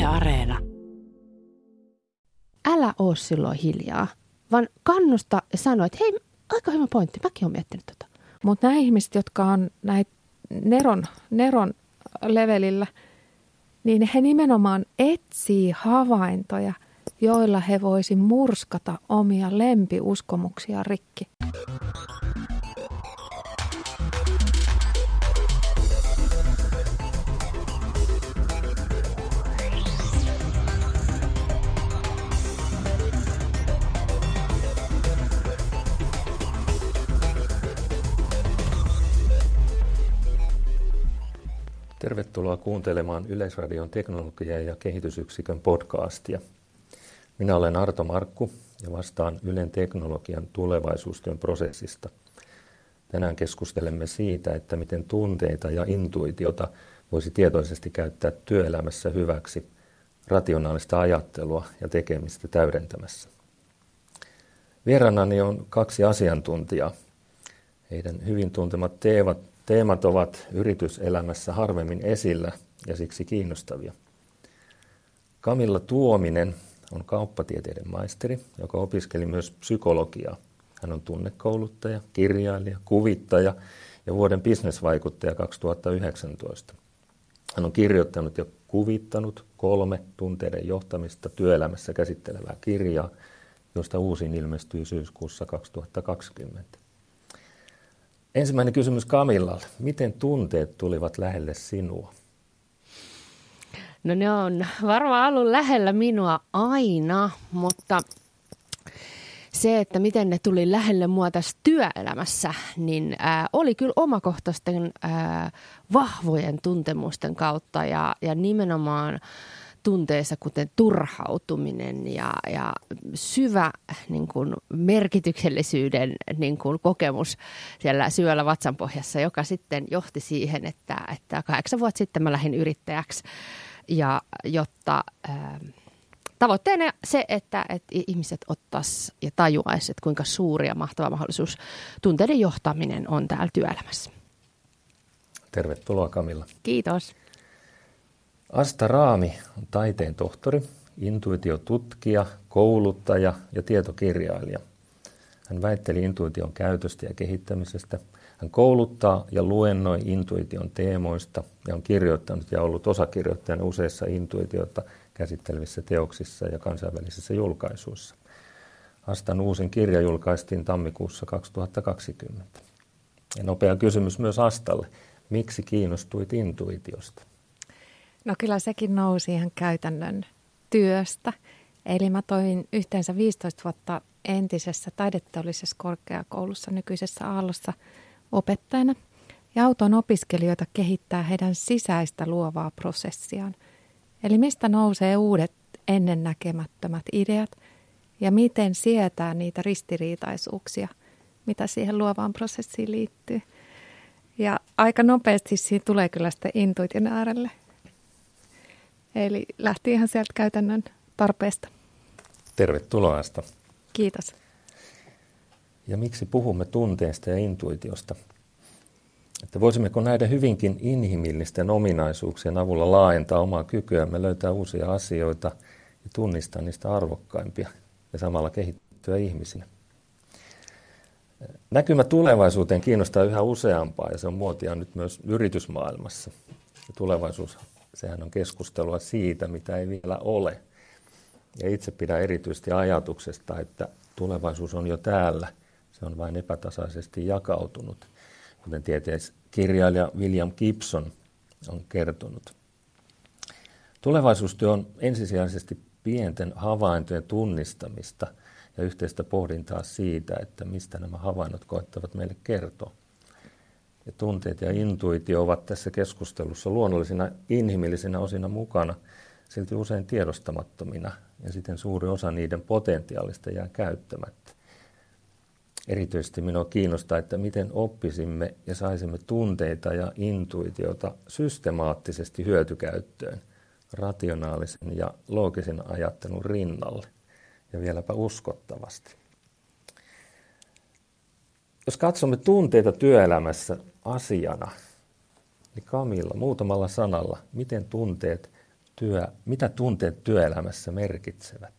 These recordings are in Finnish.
Areena. Älä oo silloin hiljaa, vaan kannusta ja sano, että hei, aika hyvä pointti, mäkin olen miettinyt tota. Mutta nämä ihmiset, jotka on näitä neron levelillä, niin he nimenomaan etsii havaintoja, joilla he voisi murskata omia lempiuskomuksia rikki. Tervetuloa kuuntelemaan Yleisradion teknologia- ja kehitysyksikön podcastia. Minä olen Arto Markku ja vastaan Ylen teknologian tulevaisuustyön prosessista. Tänään keskustelemme siitä, että miten tunteita ja intuitiota voisi tietoisesti käyttää työelämässä hyväksi rationaalista ajattelua ja tekemistä täydentämässä. Vieraanani on 2 asiantuntijaa. Heidän hyvin tuntemat teemat ovat yrityselämässä harvemmin esillä ja siksi kiinnostavia. Camilla Tuominen on kauppatieteiden maisteri, joka opiskeli myös psykologiaa. Hän on tunnekouluttaja, kirjailija, kuvittaja ja vuoden bisnesvaikuttaja 2019. Hän on kirjoittanut ja kuvittanut 3 tunteiden johtamista työelämässä käsittelevää kirjaa, josta uusin ilmestyy syyskuussa 2020. Ensimmäinen kysymys Camillalle. Miten tunteet tulivat lähelle sinua? No ne on varmaan ollut lähellä minua aina, mutta se, että miten ne tuli lähelle mua tässä työelämässä, niin oli kyllä omakohtaisten vahvojen tuntemusten kautta ja nimenomaan tunteessa, kuten turhautuminen ja syvä niin kuin merkityksellisyyden niin kuin kokemus siellä syvällä vatsanpohjassa, joka sitten johti siihen, että 8 vuotta sitten mä lähdin yrittäjäksi, ja jotta tavoitteena se, että ihmiset ottaisi ja tajuaisi, että kuinka suuri ja mahtava mahdollisuus tunteiden johtaminen on täällä työelämässä. Tervetuloa Camilla. Kiitos. Asta Raami on taiteen tohtori, intuitiotutkija, kouluttaja ja tietokirjailija. Hän väitteli intuition käytöstä ja kehittämisestä. Hän kouluttaa ja luennoi intuition teemoista ja on kirjoittanut ja ollut osakirjoittajana useissa intuitiota käsittelevissä teoksissa ja kansainvälisissä julkaisuissa. Astan uusin kirja julkaistiin tammikuussa 2020. Ja nopea kysymys myös Astalle. Miksi kiinnostuit intuitiosta? No kyllä sekin nousi ihan käytännön työstä. Eli mä toimin yhteensä 15 vuotta entisessä taideteollisessa korkeakoulussa nykyisessä Aallossa opettajana. Ja auton opiskelijoita kehittää heidän sisäistä luovaa prosessiaan. Eli mistä nousee uudet ennennäkemättömät ideat ja miten sietää niitä ristiriitaisuuksia, mitä siihen luovaan prosessiin liittyy. Ja aika nopeasti siinä tulee kyllä sitä intuition äärelle. Eli lähti ihan sieltä käytännön tarpeesta. Tervetuloa Asta. Kiitos. Ja miksi puhumme tunteesta ja intuitiosta? Että voisimmeko näiden hyvinkin inhimillisten ominaisuuksien avulla laajentaa omaa kykyämme, löytää uusia asioita ja tunnistaa niistä arvokkaimpia ja samalla kehittyä ihmisinä. Näkymä tulevaisuuteen kiinnostaa yhä useampaa ja se on muotia nyt myös yritysmaailmassa. Ja tulevaisuus, sehän on keskustelua siitä, mitä ei vielä ole. Ja itse pidän erityisesti ajatuksesta, että tulevaisuus on jo täällä. Se on vain epätasaisesti jakautunut, kuten tieteiskirjailija William Gibson on kertonut. Tulevaisuustyö on ensisijaisesti pienten havaintojen tunnistamista ja yhteistä pohdintaa siitä, että mistä nämä havainnot koettavat meille kertoa. Ja tunteet ja intuitio ovat tässä keskustelussa luonnollisina inhimillisinä osina mukana, silti usein tiedostamattomina, ja siten suuri osa niiden potentiaalista jää käyttämättä. Erityisesti minua kiinnostaa, että miten oppisimme ja saisimme tunteita ja intuitiota systemaattisesti hyötykäyttöön, rationaalisen ja loogisen ajattelun rinnalle, ja vieläpä uskottavasti. Jos katsomme tunteita työelämässä asiana, niin Camilla, muutamalla sanalla, miten tunteet mitä tunteet työelämässä merkitsevät?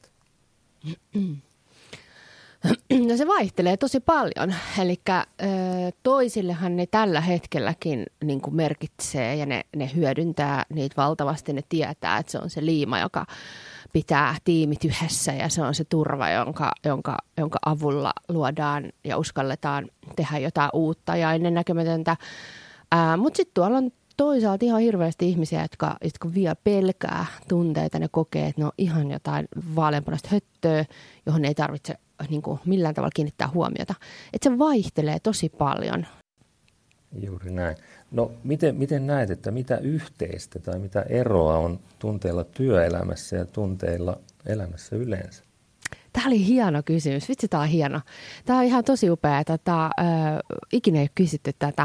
No se vaihtelee tosi paljon. Eli toisillehan ne tällä hetkelläkin niin kuin merkitsee ja ne hyödyntää niitä valtavasti. Ne tietää, että se on se liima, joka pitää tiimit yhdessä ja se on se turva, jonka avulla luodaan ja uskalletaan tehdä jotain uutta ja ennennäkemätöntä. Mutta sitten tuolla on toisaalta ihan hirveästi ihmisiä, jotka vielä pelkää tunteita. Ne kokee, että ne on ihan jotain vaaleanpunaista höttöä, johon ei tarvitse niin kuin millään tavalla kiinnittää huomiota. Että se vaihtelee tosi paljon. Juuri näin. No miten näet, että mitä yhteistä tai mitä eroa on tunteilla työelämässä ja tunteilla elämässä yleensä? Tämä oli hieno kysymys. Vitsi, tämä on hieno. Tämä on ihan tosi upea. Ikinä ei ole kysytty tätä.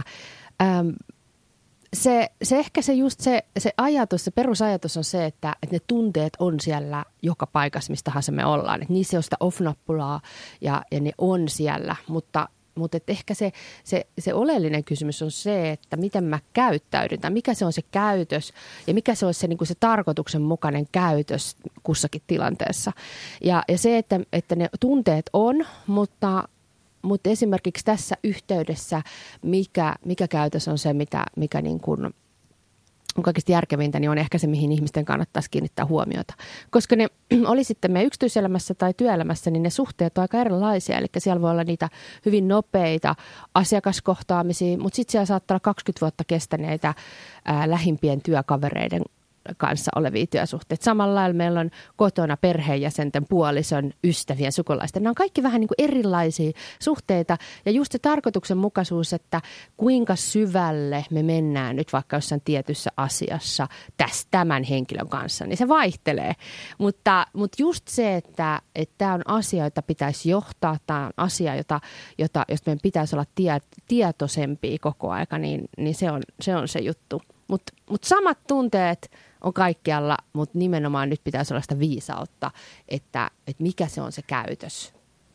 Se ehkä se just se ajatus, se perusajatus on se, että ne tunteet on siellä joka paikassa, mistä tahansa me ollaan. Että niissä on sitä off-nappulaa ja ne on siellä, mutta et ehkä se oleellinen kysymys on se, että miten mä käyttäydyn tai mikä se on se käytös ja mikä se on se, niin kuin se tarkoituksenmukainen käytös kussakin tilanteessa. Ja se, että ne tunteet on, mutta esimerkiksi tässä yhteydessä, mikä käytös on se, mikä niin kuin on kaikista järkevintä, niin on ehkä se, mihin ihmisten kannattaisi kiinnittää huomiota. Koska ne oli sitten meidän yksityiselämässä tai työelämässä, niin ne suhteet on aika erilaisia. Eli siellä voi olla niitä hyvin nopeita asiakaskohtaamisia, mutta sitten siellä saattaa olla 20 vuotta kestäneitä lähimpien työkavereiden kanssa olevia työsuhteita. Samalla lailla meillä on kotona perheenjäsenten, puolison, ystävien, sukulaisten. Nämä on kaikki vähän niin kuin erilaisia suhteita. Ja just se tarkoituksenmukaisuus, että kuinka syvälle me mennään nyt vaikka jossain tietyssä asiassa tämän henkilön kanssa, niin se vaihtelee. Mutta just se, että tämä on asia, jota pitäisi johtaa, tämä on asia, josta meidän pitäisi olla tietoisempia koko aika, niin se on se juttu. Mutta samat tunteet on kaikkialla, mutta nimenomaan nyt pitäisi olla sitä viisautta, että mikä se on se käytös,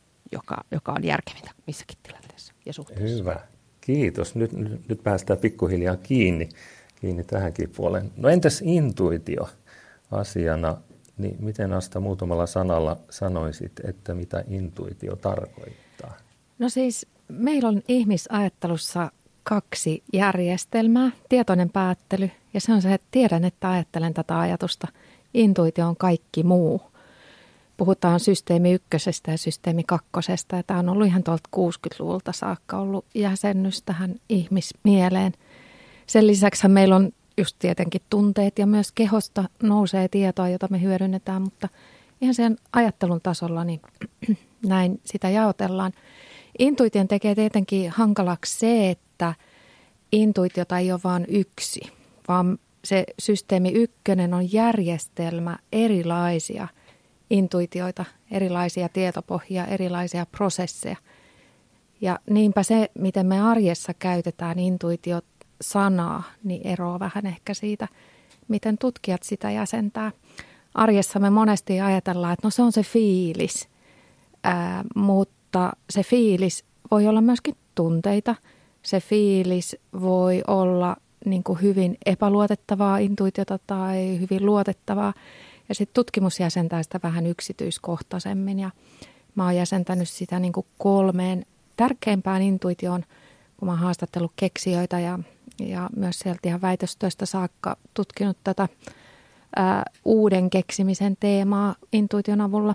joka on järkevintä missäkin tilanteessa ja suhteessa. Hyvä. Kiitos. Nyt päästään pikkuhiljaa kiinni tähänkin puoleen. No entäs intuitio asiana? Niin miten Asta muutamalla sanalla sanoisit, että mitä intuitio tarkoittaa? No siis meillä on ihmisajattelussa 2 järjestelmää, tietoinen päättely ja se on se, että tiedän, että ajattelen tätä ajatusta. Intuitio on kaikki muu. Puhutaan systeemi 1 ja systeemi 2 ja tämä on ollut ihan tuolta 60-luvulta saakka ollut jäsennys tähän ihmismieleen. Sen lisäksi meillä on just tietenkin tunteet ja myös kehosta nousee tietoa, jota me hyödynnetään, mutta ihan sen ajattelun tasolla niin näin sitä jaotellaan. Intuition tekee tietenkin hankalaksi se, että intuitiota ei ole vain yksi, vaan se systeemi 1 on järjestelmä erilaisia intuitioita, erilaisia tietopohjia, erilaisia prosesseja. Ja niinpä se, miten me arjessa käytetään intuitio-sanaa, niin eroaa vähän ehkä siitä, miten tutkijat sitä jäsentää. Arjessa me monesti ajatellaan, että no se on se fiilis, mutta se fiilis voi olla myöskin tunteita. Se fiilis voi olla niin kuin hyvin epäluotettavaa intuitiota tai hyvin luotettavaa. Ja sitten tutkimus jäsentää sitä vähän yksityiskohtaisemmin. Ja mä oon jäsentänyt sitä niin kuin 3 tärkeimpään intuitioon, kun mä oon haastatellut keksijöitä ja myös sieltä ihan väitöstöistä saakka tutkinut tätä uuden keksimisen teemaa intuition avulla.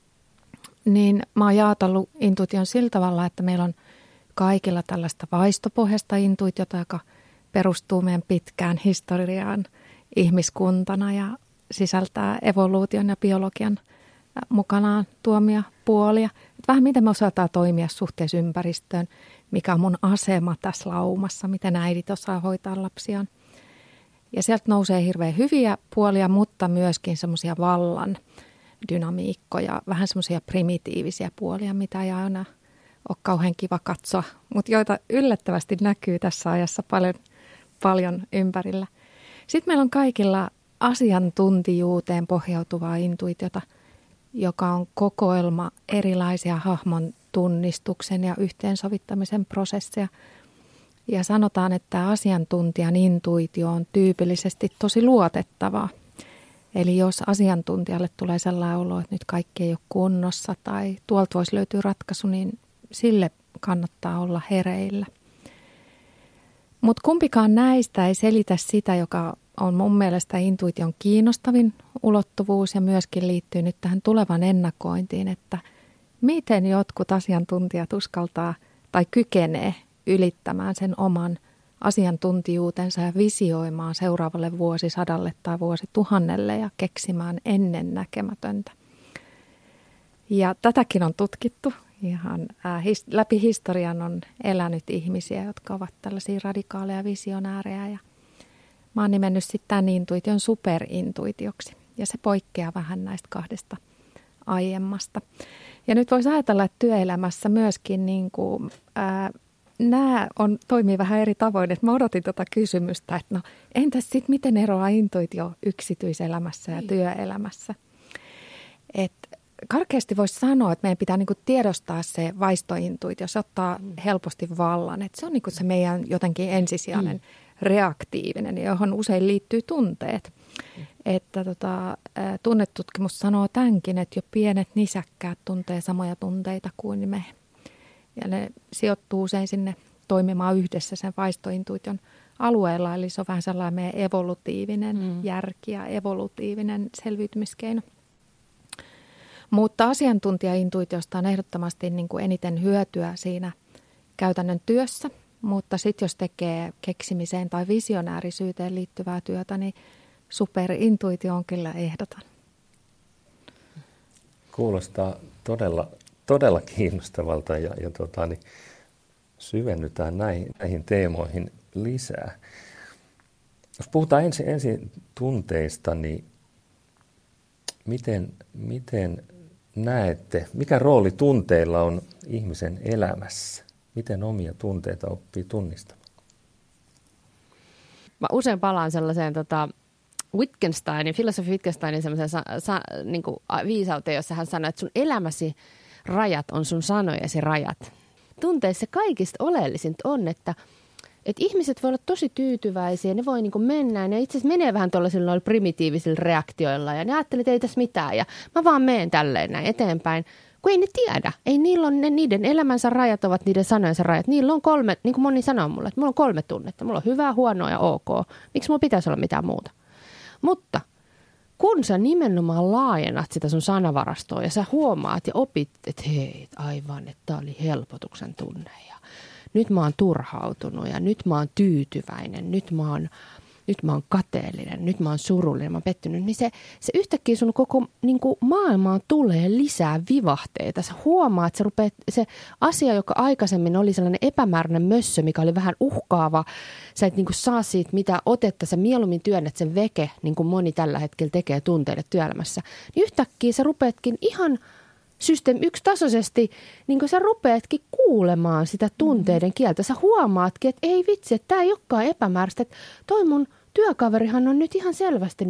Niin mä oon jaotellut intuition sillä tavalla, että meillä on kaikilla tällaista vaistopohjaista intuitiota, joka perustuu meidän pitkään historiaan ihmiskuntana ja sisältää evoluution ja biologian mukanaan tuomia puolia. Et vähän miten me osataan toimia suhteessa ympäristöön, mikä on mun asema tässä laumassa, miten äidit osaa hoitaa lapsiaan. Ja sieltä nousee hirveän hyviä puolia, mutta myöskin semmoisia vallan dynamiikkoja, vähän semmoisia primitiivisiä puolia, mitä ei aina ole kauhean kiva katsoa, mutta joita yllättävästi näkyy tässä ajassa paljon ympärillä. Sitten meillä on kaikilla asiantuntijuuteen pohjautuvaa intuitiota, joka on kokoelma erilaisia hahmon tunnistuksen ja yhteensovittamisen prosesseja. Ja sanotaan, että asiantuntijan intuitio on tyypillisesti tosi luotettavaa. Eli jos asiantuntijalle tulee sellainen olo, että nyt kaikki ei ole kunnossa tai tuolta voisi löytyä ratkaisu, niin sille kannattaa olla hereillä. Mutta kumpikaan näistä ei selitä sitä, joka on mun mielestä intuition kiinnostavin ulottuvuus ja myöskin liittyy nyt tähän tulevan ennakointiin, että miten jotkut asiantuntijat uskaltaa tai kykenee ylittämään sen oman asiantuntijuutensa ja visioimaan seuraavalle vuosisadalle tai vuosituhannelle ja keksimään ennennäkemätöntä. Ja tätäkin on tutkittu. Ihan läpi historian on elänyt ihmisiä, jotka ovat tällaisia radikaaleja visionäärejä. Ja mä oon nimennyt sitten tämän intuition superintuitioksi. Ja se poikkeaa vähän näistä kahdesta aiemmasta. Ja nyt voisi ajatella, että työelämässä myöskin nämä toimii vähän eri tavoin. Että mä odotin tuota kysymystä, että no entäs sitten miten eroaa intuitio yksityiselämässä ja työelämässä? Karkeasti voisi sanoa, että meidän pitää tiedostaa se vaistointuitio, se ottaa helposti vallan. Että se on se meidän jotenkin ensisijainen reaktiivinen, johon usein liittyy tunteet. Että tunnetutkimus sanoo tämänkin, että jo pienet nisäkkäät tuntee samoja tunteita kuin me. Ja ne sijoittuu usein sinne toimimaan yhdessä sen vaistointuition alueella. Eli se on vähän sellainen meidän evolutiivinen järki ja evolutiivinen selviytymiskeino. Mutta asiantuntijaintuitiosta on ehdottomasti eniten hyötyä siinä käytännön työssä, mutta sitten jos tekee keksimiseen tai visionäärisyyteen liittyvää työtä, niin superintuitio on kyllä ehdoton. Kuulostaa todella kiinnostavalta ja syvennytään näihin teemoihin lisää. Jos puhutaan ensin tunteista, niin miten näette, mikä rooli tunteilla on ihmisen elämässä? Miten omia tunteita oppii tunnistamaan? Mä usein palaan sellaiseen filosofi Wittgensteinin sellaiseen viisauteen, jossa hän sanoi, että sun elämäsi rajat on sun sanojesi rajat. Tunteissa kaikista oleellisinta on, että ihmiset voi olla tosi tyytyväisiä, ne voi mennä, ne itse asiassa menee vähän tuollaisilla primitiivisilla reaktioilla ja ne ajattelee, että ei tässä mitään ja mä vaan menen tälleen näin eteenpäin, kun ei ne tiedä. Ei niillä on niiden elämänsä rajat ovat niiden sanojensa rajat. Niillä on 3, niin kuin moni sanoo mulle, että mulla on 3 tunnetta. Mulla on hyvää, huonoa ja ok. Miksi mulla pitäisi olla mitään muuta? Mutta kun sä nimenomaan laajennat sitä sun sanavarastoa ja sä huomaat ja opit, että hei, aivan, että tää oli helpotuksen tunne ja nyt mä oon turhautunut ja nyt mä oon tyytyväinen, nyt mä oon kateellinen, nyt mä oon surullinen, mä oon pettynyt. Niin se yhtäkkiä sun koko maailmaan tulee lisää vivahteita. Sä huomaat, että se asia, joka aikaisemmin oli sellainen epämääräinen mössö, mikä oli vähän uhkaava. Sä et saa siitä mitä otetta, sä mieluummin työnnät sen veke, niin kuin moni tällä hetkellä tekee tunteille työelämässä. Niin yhtäkkiä sä rupeatkin ihan yksitasoisesti, niin kuin sä rupeatkin kuulemaan sitä tunteiden kieltä. Sä huomaatkin, että ei vitsi, että tämä ei olekaan epämääräistä. Että toi mun työkaverihan on nyt ihan selvästi,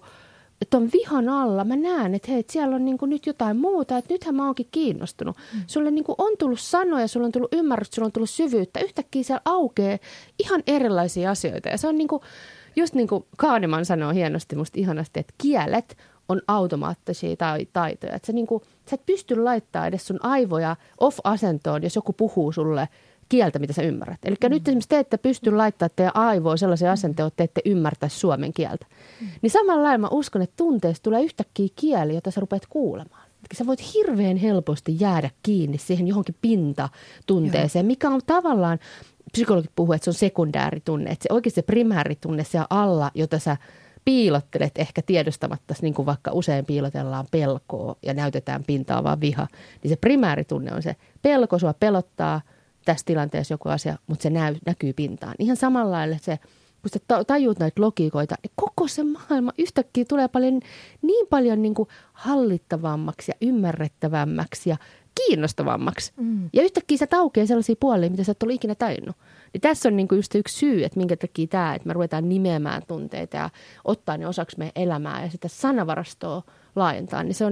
että on vihan alla. Mä näen, että hei, siellä on nyt jotain muuta, että nythän mä oonkin kiinnostunut. Sulle on tullut sanoja, sulla on tullut ymmärrystä, sulla on tullut syvyyttä. Yhtäkkiä siellä aukeaa ihan erilaisia asioita. Ja se on just niin kuin Kahneman sanoo hienosti, musta ihanasti, että kielet on automaattisia taitoja. Että sä et pysty laittamaan edes sun aivoja off-asentoon, jos joku puhuu sulle kieltä, mitä sä ymmärrät. Eli nyt esimerkiksi te ette pysty laittamaan teidän aivoja sellaisia asentoja, että te ette ymmärtäisi suomen kieltä. Niin samalla lailla mä uskon, että tunteesta tulee yhtäkkiä kieli, jota sä rupeat kuulemaan. Eli sä voit hirveän helposti jäädä kiinni siihen johonkin pintatunteeseen, mikä on tavallaan, psykologit puhuu, että se on sekundääritunne, että se oikeasti se primääritunne siellä alla, jota sä piilottelet ehkä tiedostamatta, niin kuin vaikka usein piilotellaan pelkoa ja näytetään pintaa vaan viha, niin se primääritunne on se pelko, sua pelottaa tässä tilanteessa joku asia, mutta se näkyy pintaan. Ihan samalla lailla se, kun sä tajuut näitä logiikoita, niin koko se maailma yhtäkkiä tulee niin paljon niin kuin hallittavammaksi ja ymmärrettävämmäksi ja kiinnostavammaksi. Ja yhtäkkiä sä aukeaa sellaisia puolia, mitä sä et ole ikinä tajunnut. Niin tässä on just yksi syy, että minkä takia tämä, että me ruvetaan nimeämään tunteita ja ottaa ne osaksi meidän elämää ja sitä sanavarastoa laajentaa. Niin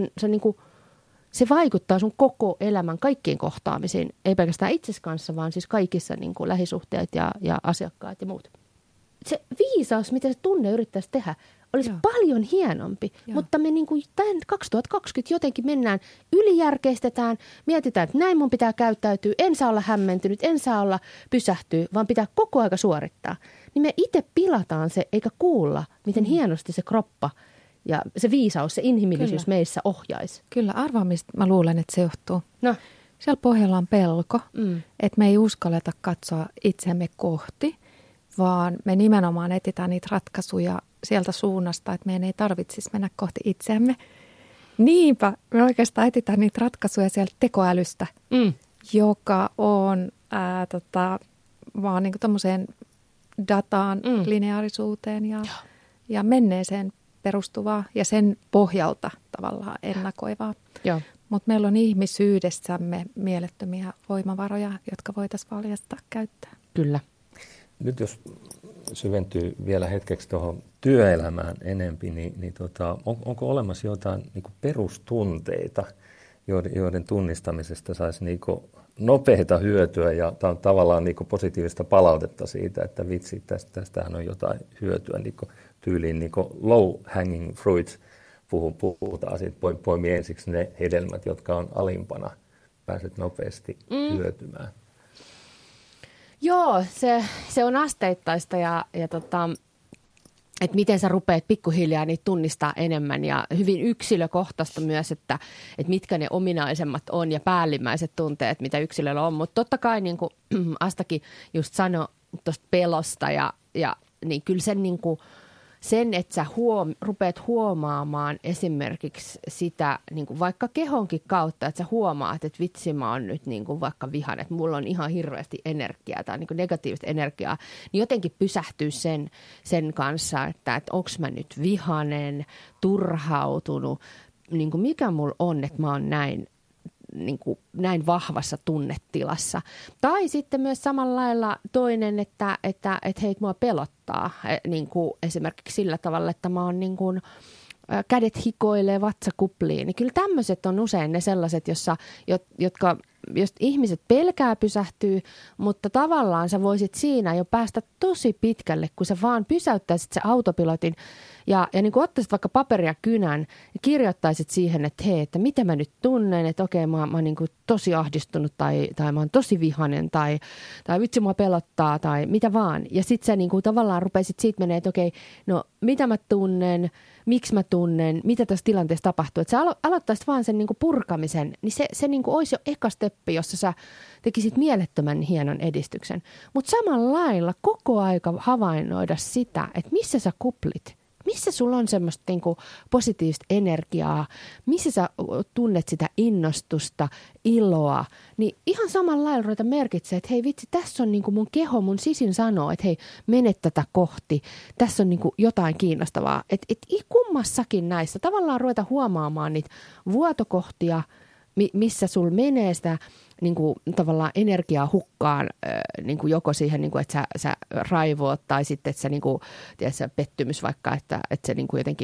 se vaikuttaa sun koko elämän kaikkiin kohtaamisiin, ei pelkästään itsesi kanssa, vaan siis kaikissa lähisuhteet ja asiakkaat ja muut. Se viisaus, mitä se tunne yrittäisi tehdä, olisi paljon hienompi. Mutta me niin kuin tämän 2020 jotenkin mennään, ylijärkeistetään, mietitään, että näin mun pitää käyttäytyä, en saa olla hämmentynyt, en saa olla pysähtyä, vaan pitää koko aika suorittaa. Niin me itse pilataan se, eikä kuulla, miten hienosti se kroppa ja se viisaus, se inhimillisyys meissä ohjaisi. Kyllä, arvaa mistä mä luulen, että se johtuu. No. Siellä pohjalla on pelko, että me ei uskalleta katsoa itseämme kohti, vaan me nimenomaan etsitään niitä ratkaisuja sieltä suunnasta, että meidän ei tarvitsisi mennä kohti itseämme. Niinpä me oikeastaan etsitään niitä ratkaisuja sieltä tekoälystä, joka on vaan niin kuin tommoseen dataan, lineaarisuuteen ja menneeseen perustuvaa ja sen pohjalta tavallaan ennakoivaa. Mutta meillä on ihmisyydessämme mielettömiä voimavaroja, jotka voitaisiin valjastaa käyttää. Kyllä. Nyt jos syventyy vielä hetkeksi tuohon työelämään enempi, niin onko olemassa jotain niin kuin perustunteita, joiden tunnistamisesta saisi niin kuin nopeita hyötyä ja tavallaan niin kuin positiivista palautetta siitä, että vitsi, tästähän on jotain hyötyä, niin kuin tyyliin niin kuin low hanging fruits. Puhutaan siitä, poimii ensiksi ne hedelmät, jotka on alimpana, pääset nopeasti hyötymään. Joo, se on asteittaista ja että miten sä rupeat pikkuhiljaa niitä tunnistaa enemmän ja hyvin yksilökohtaista myös, että mitkä ne ominaisemmat on ja päällimmäiset tunteet, mitä yksilöllä on. Mutta totta kai niin kuin Astakin just sanoi tuosta pelosta ja niin kyllä sen niin kuin sen, että sä rupeat huomaamaan esimerkiksi sitä niin kuin vaikka kehonkin kautta, että sä huomaat, että vitsi mä oon nyt niin kuin vaikka vihan, että mulla on ihan hirveästi energiaa tai niin kuin negatiivista energiaa, niin jotenkin pysähtyy sen kanssa, että onko mä nyt vihanen, turhautunut, niin kuin mikä mulla on, että mä oon näin vahvassa tunnetilassa. Tai sitten myös samalla lailla toinen, että hei, mua pelottaa niin kuin esimerkiksi sillä tavalla, että mä oon niin kuin kädet hikoilee vatsakupliin. Niin kyllä tämmöiset on usein ne sellaiset, jotka ihmiset pelkää pysähtyy, mutta tavallaan sä voisit siinä jo päästä tosi pitkälle, kun sä vaan pysäyttäisit se autopilotin ja niin kuin ottaisit vaikka paperia kynän ja kirjoittaisit siihen, että hei, että mitä mä nyt tunnen, että okei, mä oon niin kuin tosi ahdistunut tai mä oon tosi vihainen tai vitsi mua pelottaa tai mitä vaan. Ja sit sä niin kuin tavallaan rupeisit siitä menee, että okei, no mitä mä tunnen, miksi mä tunnen, mitä tässä tilanteessa tapahtuu. Että sä aloittaisit vaan sen niin kuin purkamisen, niin se niin kuin olisi jo eka steppi, jossa sä tekisit mielettömän hienon edistyksen. Mutta samalla lailla koko aika havainnoida sitä, että missä sä kuplit. Missä sulla on semmoista niin kuin positiivista energiaa, missä sä tunnet sitä innostusta, iloa, niin ihan samalla lailla ruveta merkitsee, että hei vitsi, tässä on niin kuin mun keho, mun sisin sanoo, että hei, mene tätä kohti, tässä on niin kuin jotain kiinnostavaa. Että kummassakin näissä tavallaan ruveta huomaamaan niitä vuotokohtia, missä sulla menee sitä niin kuin tavallaan energiaa hukkaan, niin kuin joko siihen, niin kuin, että sä raivoot tai sitten, että sä, niin kuin, tiedätkö, pettymys vaikka, että se niin kuin jotenkin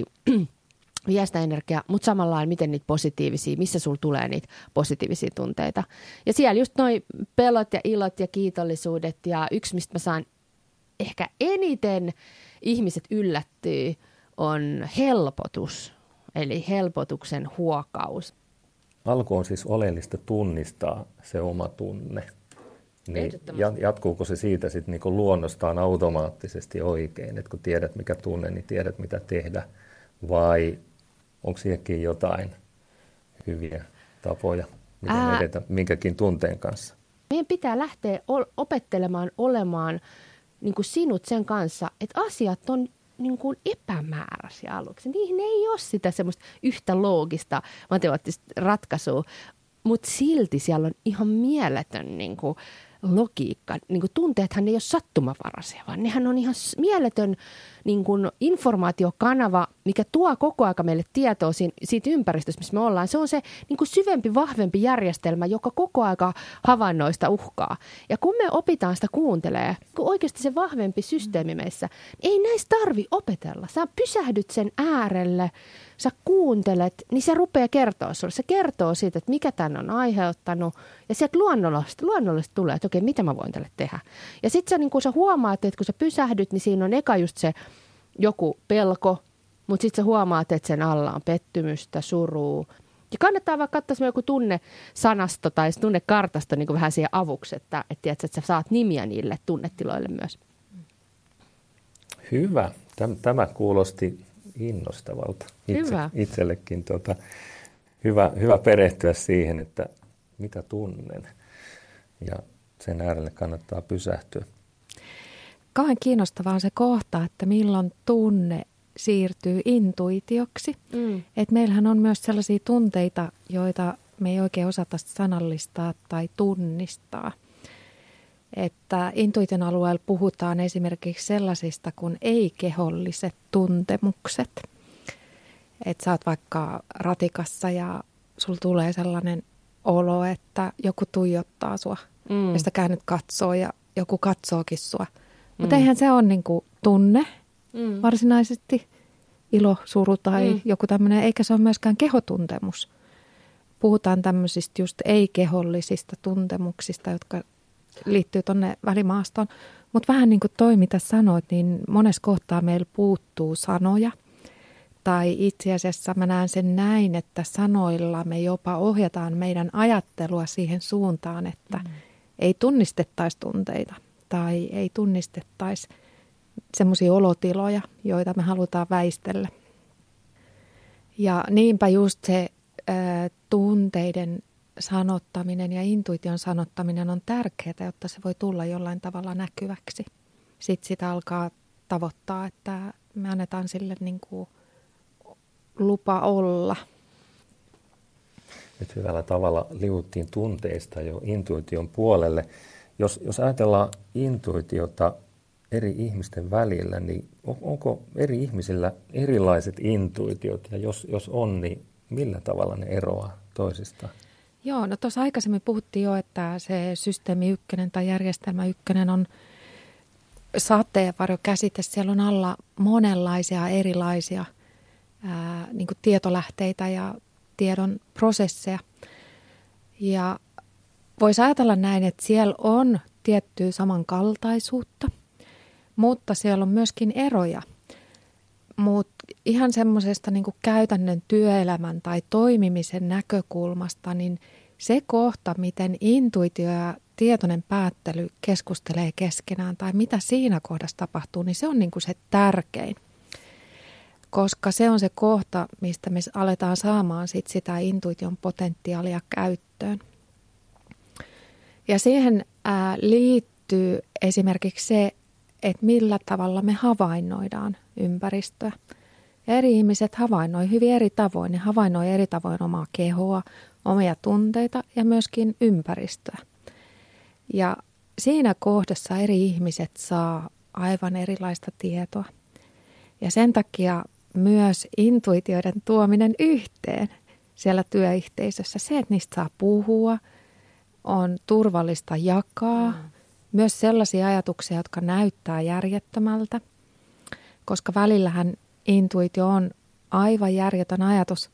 vie sitä energiaa, mutta samalla lailla miten niitä positiivisia, missä sulla tulee niitä positiivisia tunteita. Ja siellä just noi pelot ja ilot ja kiitollisuudet ja yksi, mistä mä saan ehkä eniten ihmiset yllättyy, on helpotus, eli helpotuksen huokaus. Alku on siis oleellista tunnistaa se oma tunne. Niin jatkuuko se siitä sitten niinku luonnostaan automaattisesti oikein, että kun tiedät mikä tunne, niin tiedät mitä tehdä, vai onko siihenkin jotain hyviä tapoja, miten edetä minkäkin tunteen kanssa? Meidän pitää lähteä opettelemaan olemaan niin kuin sinut sen kanssa, että asiat on niin kuin epämääräisiä aluksi. Niihin ei ole sitä semmoista yhtä loogista matemaattista ratkaisua, mutta silti siellä on ihan mieletön niin kuin logiikka. Niin kuin tunteethan ei ole sattumavaraisia, vaan nehän on ihan mieletön niin kuin informaatiokanava, mikä tuo koko aika meille tietoa siitä ympäristöstä, missä me ollaan. Se on se niin kuin syvempi, vahvempi järjestelmä, joka koko aika havainnoista uhkaa. Ja kun me opitaan sitä kuuntelemaan, kun oikeasti se vahvempi systeemi meissä, ei näistä tarvi opetella. Sä pysähdyt sen äärelle, sä kuuntelet, niin se rupeaa kertoa sulle. Se kertoo siitä, että mikä tämän on aiheuttanut. Ja sieltä luonnollisesti tulee, että okei, mitä mä voin tälle tehdä. Ja sitten sä, niin kun sä huomaat, että kun sä pysähdyt, niin siinä on eka just se joku pelko, mutta sitten sä huomaat, että sen alla on pettymystä, surua. Ja kannattaa vaikka katsoa joku tunnesanasto tai tunnekartasto niin kuin vähän siihen avuksi, että sä saat nimiä niille tunnetiloille myös. Hyvä. Tämä kuulosti innostavalta itsellekin. Hyvä perehtyä siihen, että mitä tunnen. Ja sen äärelle kannattaa pysähtyä. Kauhean kiinnostavaa on se kohta, että milloin tunne siirtyy intuitioksi. Et meillähän on myös sellaisia tunteita, joita me ei oikein osata sanallistaa tai tunnistaa. Että intuition alueella puhutaan esimerkiksi sellaisista kuin ei-keholliset tuntemukset. Että sä oot vaikka ratikassa ja sulla tulee sellainen olo, että joku tuijottaa sua. Ja sitä käännyt katsoo ja joku katsookin sua. Mutta eihän se ole niinku tunne varsinaisesti, ilo, suru tai joku tämmöinen, eikä se ole myöskään kehotuntemus. Puhutaan tämmöisistä just ei-kehollisista tuntemuksista, jotka liittyy tuonne välimaastoon. Mutta vähän niin kuin toi, mitä sanoit, niin monessa kohtaa meillä puuttuu sanoja. Tai itse asiassa mä näen sen näin, että sanoilla me jopa ohjataan meidän ajattelua siihen suuntaan, että ei tunnistettaisi tunteita tai ei tunnistettaisi semmoisia olotiloja, joita me halutaan väistellä. Ja niinpä just se tunteiden sanottaminen ja intuition sanottaminen on tärkeää, jotta se voi tulla jollain tavalla näkyväksi. Sitten sitä alkaa tavoittaa, että me annetaan sille niin kuin lupa olla. Nyt hyvällä tavalla liuuttiin tunteista jo intuition puolelle. Jos ajatellaan intuitiota eri ihmisten välillä, niin onko eri ihmisillä erilaiset intuitiot? Ja jos on, niin millä tavalla ne eroaa toisistaan? Joo, no tuossa aikaisemmin puhuttiin jo, että se systeemi 1 tai järjestelmä 1 on sateenvarjokäsite. Siellä on alla monenlaisia erilaisia niin kuin tietolähteitä ja tiedon prosesseja. Ja voisi ajatella näin, että siellä on tiettyä samankaltaisuutta, mutta siellä on myöskin eroja. Mutta ihan semmoisesta niin kuin käytännön työelämän tai toimimisen näkökulmasta, niin se kohta, miten intuitio ja tietoinen päättely keskustelee keskenään tai mitä siinä kohdassa tapahtuu, niin se on niin kuin se tärkein. Koska se on se kohta, mistä me aletaan saamaan sitä intuition potentiaalia käyttöön. Ja siihen liittyy esimerkiksi se, että millä tavalla me havainnoidaan ympäristöä. Ja eri ihmiset havainnoi hyvin eri tavoin. Ne havainnoi eri tavoin omaa kehoa, omia tunteita ja myöskin ympäristöä. Ja siinä kohdassa eri ihmiset saa aivan erilaista tietoa. Ja sen takia myös intuitioiden tuominen yhteen siellä työyhteisössä, se, että niistä saa puhua, on turvallista jakaa. Myös sellaisia ajatuksia, jotka näyttää järjettömältä, koska välillähän intuitio on aivan järjetön ajatus,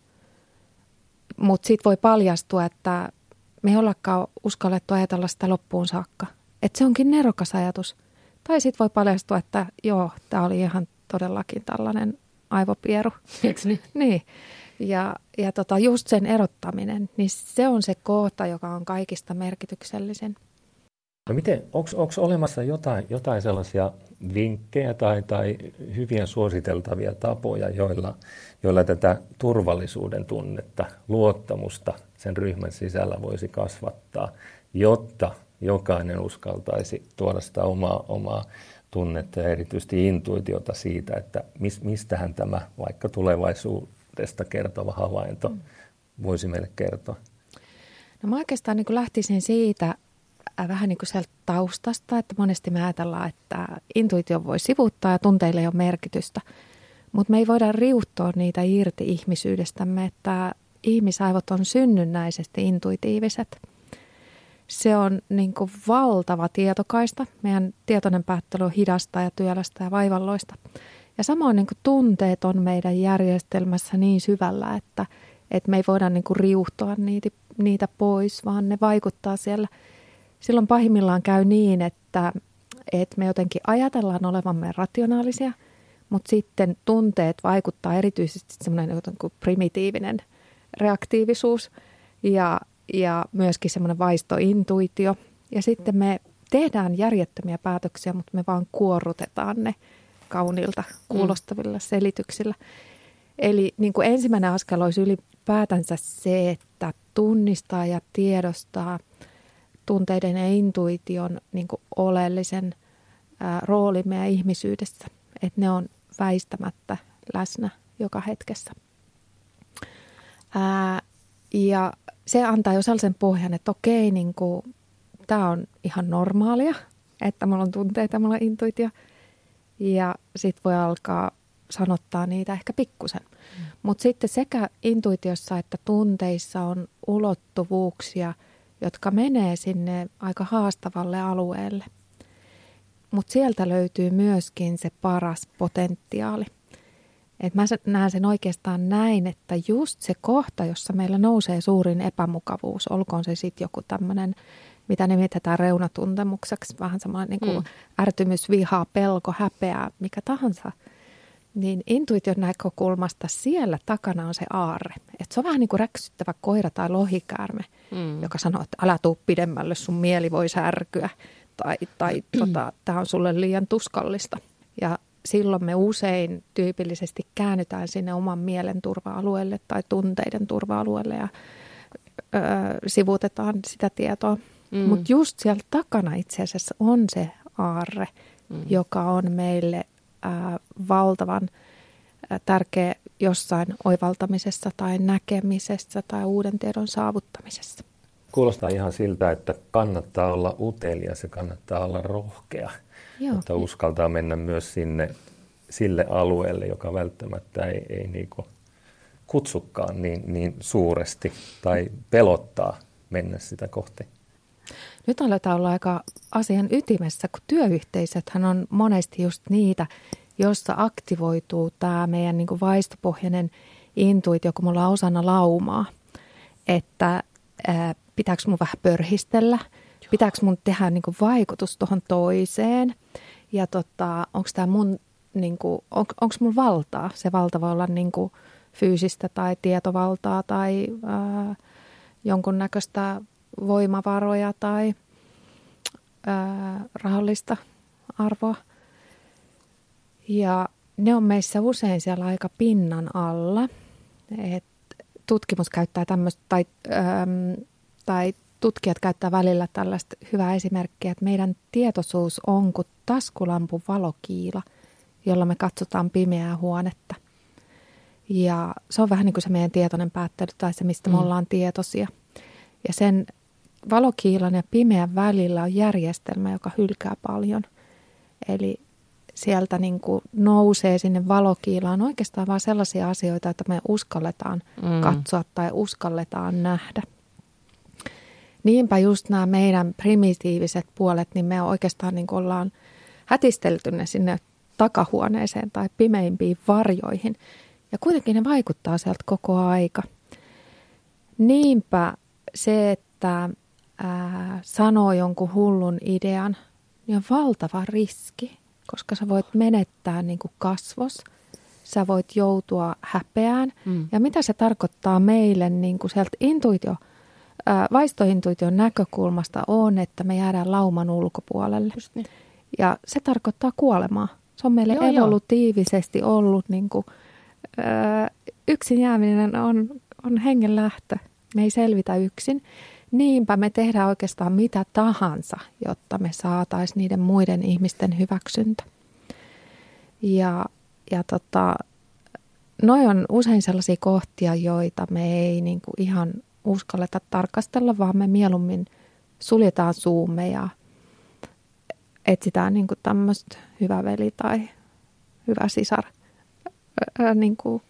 mutta sitten voi paljastua, että me ei ollakaan uskallettu ajatella sitä loppuun saakka. Että se onkin nerokas ajatus. Tai sitten voi paljastua, että joo, tämä oli ihan todellakin tällainen aivopieru. Eikö niin? Niin. Ja just sen erottaminen, niin se on se kohta, joka on kaikista merkityksellisen. No miten, onko olemassa jotain sellaisia vinkkejä tai hyvien suositeltavia tapoja, joilla tätä turvallisuuden tunnetta, luottamusta sen ryhmän sisällä voisi kasvattaa, jotta jokainen uskaltaisi tuoda sitä omaa tunnetta ja erityisesti intuitiota siitä, että mistähän tämä vaikka tulevaisuudesta kertova havainto voisi meille kertoa? No mä oikeastaan niin lähtisin siitä vähän niin kuin sieltä taustasta, että monesti me ajatellaan, että intuitio voi sivuuttaa ja tunteille ei ole merkitystä. Mutta me ei voida riuttoa niitä irti ihmisyydestämme, että ihmisaivot on synnynnäisesti intuitiiviset. Se on niin kuin valtava tietokaista. Meidän tietoinen päättely on hidasta ja työlästä ja vaivalloista. Ja samoin niin kuin tunteet on meidän järjestelmässä niin syvällä, että me ei voida niin kuin riuhtoa niitä pois, vaan ne vaikuttaa siellä. Silloin pahimmillaan käy niin, että me jotenkin ajatellaan olevamme rationaalisia, mutta sitten tunteet vaikuttaa erityisesti semmoinen primitiivinen reaktiivisuus ja myöskin semmoinen vaistointuitio. Ja sitten me tehdään järjettömiä päätöksiä, mutta me vaan kuorrutetaan ne kauniilta kuulostavilla selityksillä. Eli niin kuin ensimmäinen askel olisi ylipäätänsä se, että tunnistaa ja tiedostaa tunteiden ja intuition niin kuin oleellisen roolin meidän ihmisyydessä. Että ne on väistämättä läsnä joka hetkessä. Ja se antaa jo sellaisen pohjan, että okei, niin kuin, tämä on ihan normaalia, että mulla on tunteita, mulla on intuitio. Ja sitten voi alkaa sanottaa niitä ehkä pikkusen. Mutta sitten sekä intuitiossa että tunteissa on ulottuvuuksia, jotka menee sinne aika haastavalle alueelle. Mutta sieltä löytyy myöskin se paras potentiaali. Et mä näen sen oikeastaan näin, että just se kohta, jossa meillä nousee suurin epämukavuus, olkoon se sitten joku tämmöinen, mitä nimitetään reunatuntemukseksi, vähän semmoinen niin kuin ärtymys, viha, pelko, häpeä, mikä tahansa, niin intuition näkökulmasta siellä takana on se aarre. Että se on vähän niin kuin räksyttävä koira tai lohikäärme, joka sanoo, että älä tuu pidemmälle, sun mieli voi särkyä tai tämä on sulle liian tuskallista. Ja silloin me usein tyypillisesti käännytään sinne oman mielen turva-alueelle tai tunteiden turva-alueelle ja sivuutetaan sitä tietoa. Mutta just siellä takana itse asiassa on se aarre, joka on meille valtavan tärkeä jossain oivaltamisessa tai näkemisessä tai uuden tiedon saavuttamisessa. Kuulostaa ihan siltä, että kannattaa olla utelias ja kannattaa olla rohkea, että uskaltaa mennä myös sille alueelle, joka välttämättä ei niinku kutsukaan niin suuresti tai pelottaa mennä sitä kohti. Nyt aletaan olla aika asian ytimessä, kun työyhteisöthän on monesti just niitä, jossa aktivoituu tämä meidän niin kuin vaistopohjainen intuitio, kun me ollaan osana laumaa. Että pitääkö mun vähän pörhistellä, pitääkö mun tehdä niin kuin vaikutus tuohon toiseen ja onko tämä mun, niin kuin, onko mun valtaa? Se valta voi olla niin kuin fyysistä tai tietovaltaa tai jonkunnäköistä voimavaroja tai rahallista arvoa. Ja ne on meissä usein siellä aika pinnan alla. Et tutkimus käyttää tämmöistä, tai tutkijat käyttää välillä tällaista hyvää esimerkkiä, että meidän tietoisuus on kuin taskulampun valokiila, jolla me katsotaan pimeää huonetta. Ja se on vähän niin kuin se meidän tietoinen päättely tai se, mistä me ollaan tietoisia. Ja sen valokiilan ja pimeän välillä on järjestelmä, joka hylkää paljon. Eli sieltä niin kuin nousee sinne valokiilaan oikeastaan vaan sellaisia asioita, että me uskalletaan katsoa tai uskalletaan nähdä. Niinpä just nämä meidän primitiiviset puolet, niin me oikeastaan niin kuin ollaan hätistelty ne sinne takahuoneeseen tai pimeimpiin varjoihin. Ja kuitenkin ne vaikuttaa sieltä koko aika. Niinpä se, että sanoo jonkun hullun idean, niin on valtava riski, koska sä voit menettää niin kuin kasvos, sä voit joutua häpeään. Ja mitä se tarkoittaa meille niin kuin sieltä vaistointuition näkökulmasta on, että me jäädään lauman ulkopuolelle. Niin. Ja se tarkoittaa kuolemaa. Se on meille evolutiivisesti ollut, niin kuin, yksin jääminen on hengen lähtö. Me ei selvitä yksin. Niinpä me tehdään oikeastaan mitä tahansa, jotta me saataisiin niiden muiden ihmisten hyväksyntä. Ja noi on usein sellaisia kohtia, joita me ei niin kuin ihan uskalleta tarkastella, vaan me mieluummin suljetaan suumme ja etsitään niin kuin tämmöistä hyvä veli tai hyvä sisar niin kuin,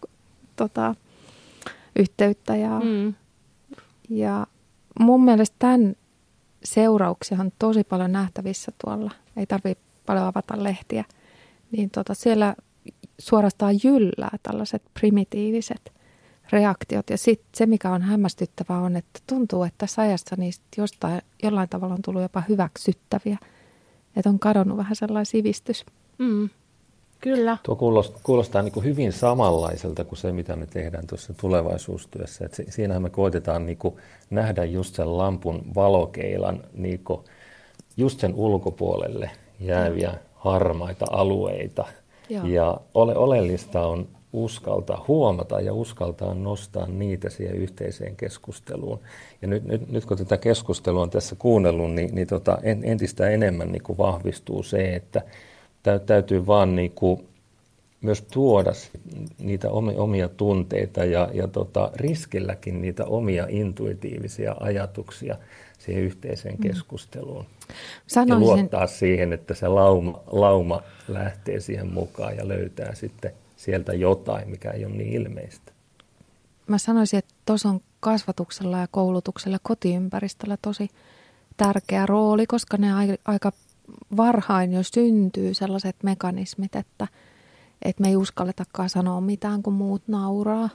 yhteyttä. Ja mun mielestä tämän seurauksia on tosi paljon nähtävissä tuolla. Ei tarvitse paljon avata lehtiä. Niin siellä suorastaan jyllää tällaiset primitiiviset reaktiot. Ja sitten se, mikä on hämmästyttävää, on, että tuntuu, että tässä ajassa niistä jollain tavalla on tullut jopa hyväksyttäviä. Että on kadonnut vähän sellainen sivistys. Kyllä. Tuo kuulostaa niin kuin hyvin samanlaiselta kuin se, mitä me tehdään tuossa tulevaisuustyössä. Et siinähän me koitetaan niin kuin nähdä just sen lampun valokeilan niin kuin just sen ulkopuolelle jääviä harmaita alueita. Joo. Ja oleellista on uskaltaa huomata ja uskaltaa nostaa niitä siihen yhteiseen keskusteluun. Ja nyt kun tätä keskustelua on tässä kuunnellut, niin entistä enemmän niin kuin vahvistuu se, että täytyy vaan niin kuin myös tuoda niitä omia tunteita ja riskilläkin niitä omia intuitiivisia ajatuksia siihen yhteiseen keskusteluun. Ja luottaa siihen, että se lauma lähtee siihen mukaan ja löytää sitten sieltä jotain, mikä ei ole niin ilmeistä. Mä sanoisin, että tuossa on kasvatuksella ja koulutuksella kotiympäristöllä tosi tärkeä rooli, koska ne aika varhain jo syntyy sellaiset mekanismit, että me ei uskalletakaan sanoa mitään, kun muut nauraa.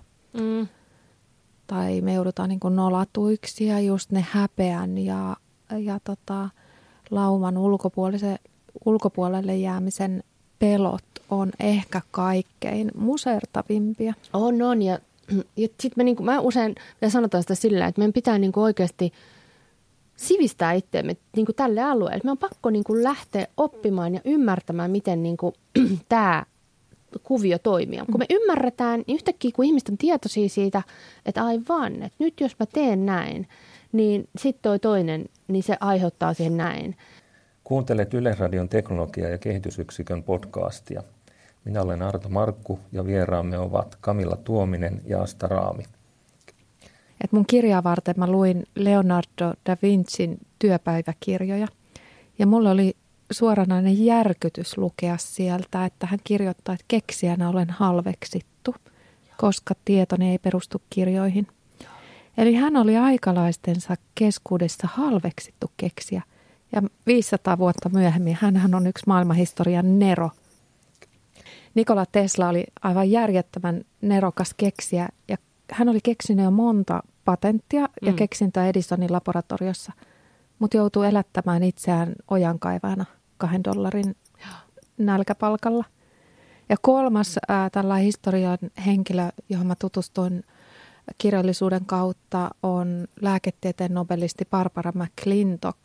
Tai me joudutaan niin kuin nolatuiksi ja just ne häpeän ja lauman ulkopuolelle jäämisen pelot on ehkä kaikkein musertavimpia. On. Ja sitten mä usein sanotaan sitä sillä, että meidän pitää niinku oikeasti sivistää itseämme niinku tälle alueelle. Me on pakko niinku lähteä oppimaan ja ymmärtämään, miten niinku tämä kuvio toimii. Kun me ymmärretään, niin yhtäkkiä kun ihmiset on tietoisia siitä, että aivan, että nyt jos mä teen näin, niin sitten toi toinen, niin se aiheuttaa siihen näin. Kuuntelet Yleisradion teknologia- ja kehitysyksikön podcastia. Minä olen Arto Markku ja vieraamme ovat Camilla Tuominen ja Asta Raami. Et mun kirjaa varten mä luin Leonardo da Vincin työpäiväkirjoja ja mulla oli suoranainen järkytys lukea sieltä, että hän kirjoittaa, että keksijänä olen halveksittu, koska tietoni ei perustu kirjoihin. Eli hän oli aikalaistensa keskuudessa halveksittu keksijä. Ja 500 vuotta myöhemmin hän on yksi maailmanhistorian nero. Nikola Tesla oli aivan järjettömän nerokas keksijä ja hän oli keksinyt jo monta patenttia ja keksintöä Edisonin laboratoriossa, mutta joutui elättämään itseään ojankaivajana $2 nälkäpalkalla. Ja kolmas tällainen historian henkilö, johon mä tutustuin kirjallisuuden kautta, on lääketieteen nobelisti Barbara McClintock,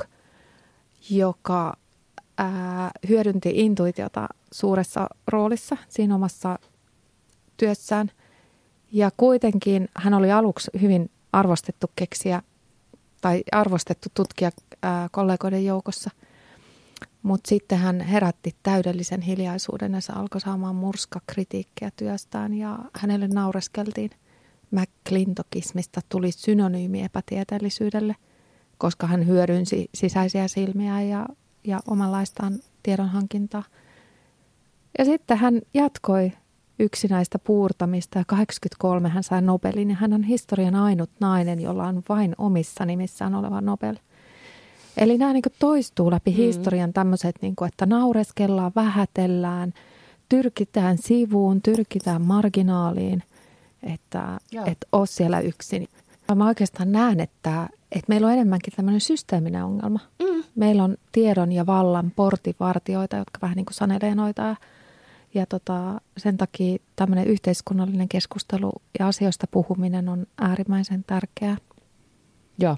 joka hyödynti intuitiota suuressa roolissa siinä omassa työssään. Ja kuitenkin hän oli aluksi hyvin arvostettu keksijä tai arvostettu tutkija kollegoiden joukossa. Mutta sitten hän herätti täydellisen hiljaisuuden ja se alkoi saamaan murskakritiikkiä työstään ja hänelle naureskeltiin. McClintockismista tuli synonyymi epätieteellisyydelle, koska hän hyödynsi sisäisiä silmiä ja omanlaistaan tiedonhankintaa. Ja sitten hän jatkoi yksinäistä puurtamista ja 1983 hän sai Nobelin ja hän on historian ainut nainen, jolla on vain omissa nimissään oleva Nobel. Eli nämä niin kuin toistuu läpi historian tämmöiset, niin kuin, että naureskellaan, vähätellään, tyrkitään sivuun, tyrkitään marginaaliin, että et ole siellä yksin. Mä oikeastaan näen, että meillä on enemmänkin tämmöinen systeeminen ongelma. Meillä on tiedon ja vallan portinvartijoita, jotka vähän niin kuin sanelee noita. Ja sen takia tämmöinen yhteiskunnallinen keskustelu ja asioista puhuminen on äärimmäisen tärkeää. Joo.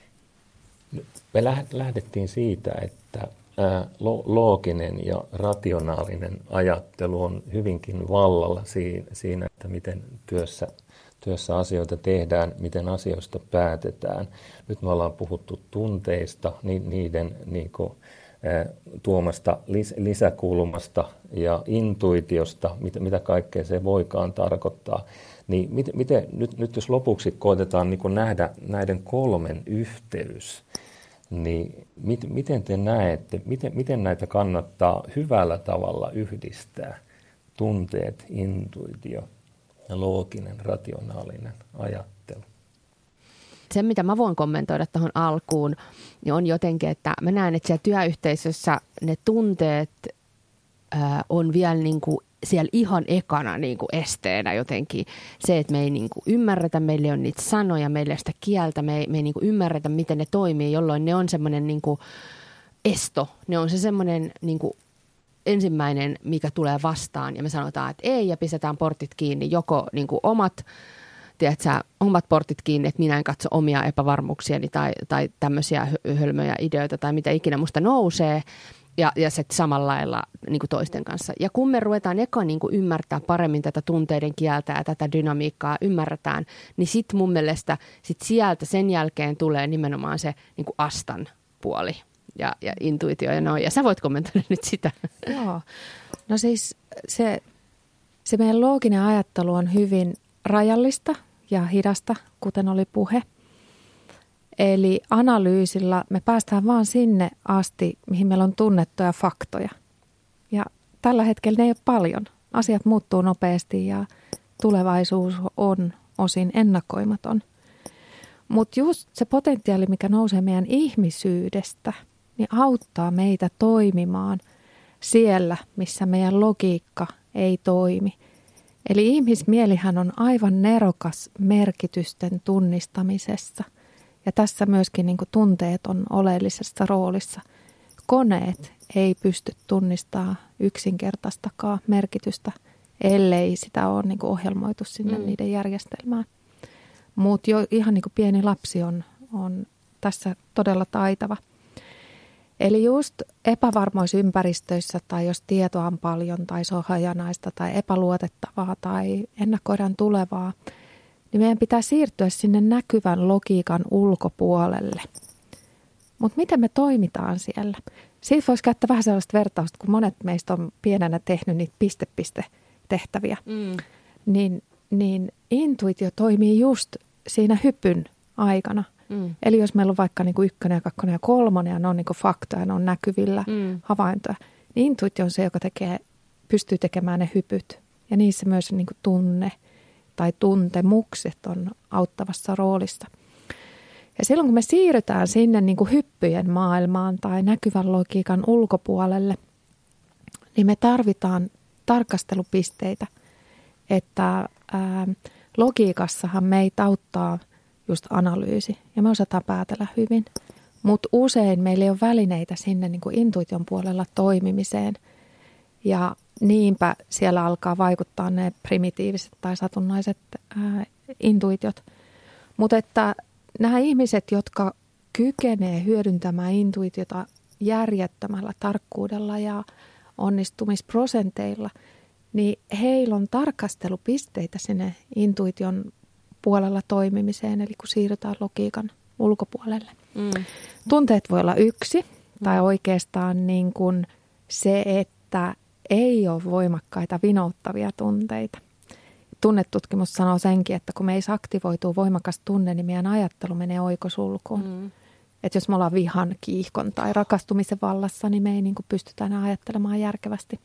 Me lähdettiin siitä, että looginen ja rationaalinen ajattelu on hyvinkin vallalla siinä, että miten työssä asioita tehdään, miten asioista päätetään. Nyt me ollaan puhuttu tunteista, niiden niin kuin, tuomasta lisäkulmasta ja intuitiosta, mitä kaikkea se voikaan tarkoittaa. Niin miten, nyt jos lopuksi koetetaan niin kuin nähdä näiden kolmen yhteys, niin miten te näette, miten näitä kannattaa hyvällä tavalla yhdistää? Tunteet, intuitio ja looginen, rationaalinen ajattelu. Se, mitä mä voin kommentoida tuohon alkuun, niin on jotenkin, että mä näen, että siellä työyhteisössä ne tunteet on vielä niin kuin siellä ihan ekana niin kuin esteenä jotenkin. Se, että me ei niin kuin ymmärretä, meillä on niitä sanoja, meillä on sitä kieltä, me ei niin kuin ymmärretä, miten ne toimii, jolloin ne on semmoinen niin kuin esto. Ne on se semmoinen niin kuin ensimmäinen, mikä tulee vastaan ja me sanotaan, että ei ja pistetään portit kiinni, joko niin kuin omat portit kiinni, että minä en katso omia epävarmuuksiani tai tämmöisiä hölmöjä ideoita tai mitä ikinä musta nousee ja se samalla lailla niin kuin toisten kanssa. Ja kun me ruvetaan niin kuin ymmärtää paremmin tätä tunteiden kieltä ja tätä dynamiikkaa ymmärretään, niin sitten mun mielestä sieltä sen jälkeen tulee nimenomaan se niin kuin astan puoli ja intuitio ja noin. Ja sä voit kommentoida nyt sitä. Joo. No siis se meidän looginen ajattelu on hyvin rajallista ja hidasta, kuten oli puhe. Eli analyysillä me päästään vaan sinne asti, mihin meillä on tunnettuja faktoja. Ja tällä hetkellä ne ei ole paljon. Asiat muuttuu nopeasti ja tulevaisuus on osin ennakoimaton. Mutta just se potentiaali, mikä nousee meidän ihmisyydestä, niin auttaa meitä toimimaan siellä, missä meidän logiikka ei toimi. Eli ihmismielihän on aivan nerokas merkitysten tunnistamisessa. Ja tässä myöskin niin kuin tunteet on oleellisessa roolissa. Koneet ei pysty tunnistamaan yksinkertaistakaan merkitystä, ellei sitä ole niin kuin ohjelmoitu sinne niiden järjestelmään. Mutta jo ihan niin kuin pieni lapsi on tässä todella taitava. Eli just epävarmoissa ympäristöissä tai jos tietoa on paljon tai se on hajanaista tai epäluotettavaa tai ennakoidaan tulevaa, niin meidän pitää siirtyä sinne näkyvän logiikan ulkopuolelle. Mutta miten me toimitaan siellä? Siitä voisi käyttää vähän sellaista vertausta, kun monet meistä on pienenä tehnyt niitä piste-tehtäviä. Niin intuitio toimii just siinä hypyn aikana. Eli jos meillä on vaikka niin kuin 1, 2 ja 3 ja ne on niin kuin faktoja, ne on näkyvillä havaintoja, niin intuitio on se, joka pystyy tekemään ne hypyt. Ja niissä myös niin kuin tunne tai tuntemukset on auttavassa roolissa. Ja silloin kun me siirrytään sinne niin kuin hyppyjen maailmaan tai näkyvän logiikan ulkopuolelle, niin me tarvitaan tarkastelupisteitä, että logiikassahan meitä auttaa just analyysi ja me osataan päätellä hyvin, mutta usein meillä ei ole välineitä sinne niin kuin intuition puolella toimimiseen ja niinpä siellä alkaa vaikuttaa ne primitiiviset tai satunnaiset intuitiot. Mutta että nämä ihmiset, jotka kykenevät hyödyntämään intuitiota järjettömällä tarkkuudella ja onnistumisprosenteilla, niin heillä on tarkastelupisteitä sinne intuition puolella toimimiseen, eli kun siirrytään logiikan ulkopuolelle. Tunteet voi olla yksi, tai oikeastaan niin kuin se, että ei ole voimakkaita vinouttavia tunteita. Tunnetutkimus sanoo senkin, että kun meissä aktivoituu voimakas tunne, niin meidän ajattelu menee oikosulkuun. Että jos me ollaan vihan, kiihkon tai rakastumisen vallassa, niin me ei niin kuin pystytä enää ajattelemaan järkevästi.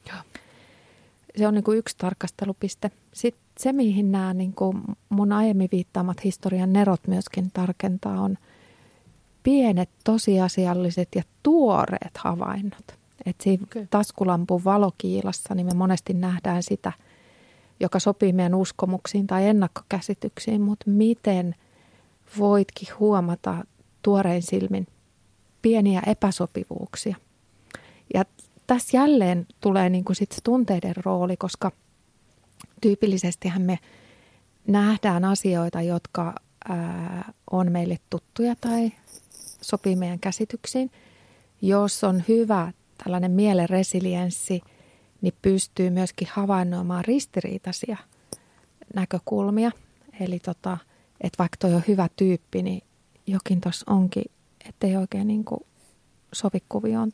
Se on niin kuin yksi tarkastelupiste. Sitten se, mihin nämä niin kuin mun aiemmin viittaamat historian nerot myöskin tarkentaa, on pienet tosiasialliset ja tuoreet havainnot. Että siinä taskulampun valokiilassa niin me monesti nähdään sitä, joka sopii meidän uskomuksiin tai ennakkokäsityksiin, mutta miten voitkin huomata tuorein silmin pieniä epäsopivuuksia. Ja tässä jälleen tulee niin kuin sit se tunteiden rooli, koska tyypillisestihän me nähdään asioita, jotka on meille tuttuja tai sopii meidän käsityksiin. Jos on hyvä tällainen mielen resilienssi, niin pystyy myöskin havainnoimaan ristiriitaisia näkökulmia. Eli että vaikka toi on hyvä tyyppi, niin jokin tuossa onkin, ettei oikein niin kuin sovi kuvioon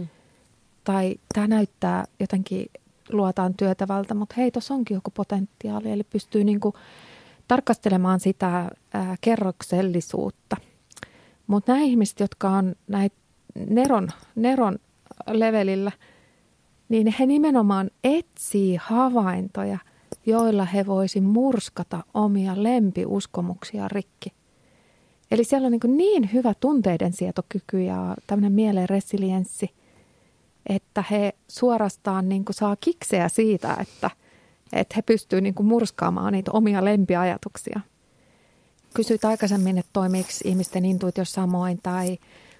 tai tämä näyttää jotenkin luotaan työtävältä, mutta hei, tuossa onkin joku potentiaali. Eli pystyy niin kuin tarkastelemaan sitä kerroksellisuutta. Mutta nämä ihmiset, jotka on näitä neron levelillä, niin he nimenomaan etsii havaintoja, joilla he voisi murskata omia lempiuskomuksia rikki. Eli siellä on niin hyvä tunteiden sietokyky ja tämmöinen mielen resilienssi, että he suorastaan niin kuin saa kikseä siitä, että he pystyvät niin kuin murskaamaan niitä omia lempiajatuksia. Kysyit aikaisemmin, että toimiiko ihmisten intuitio samoin tai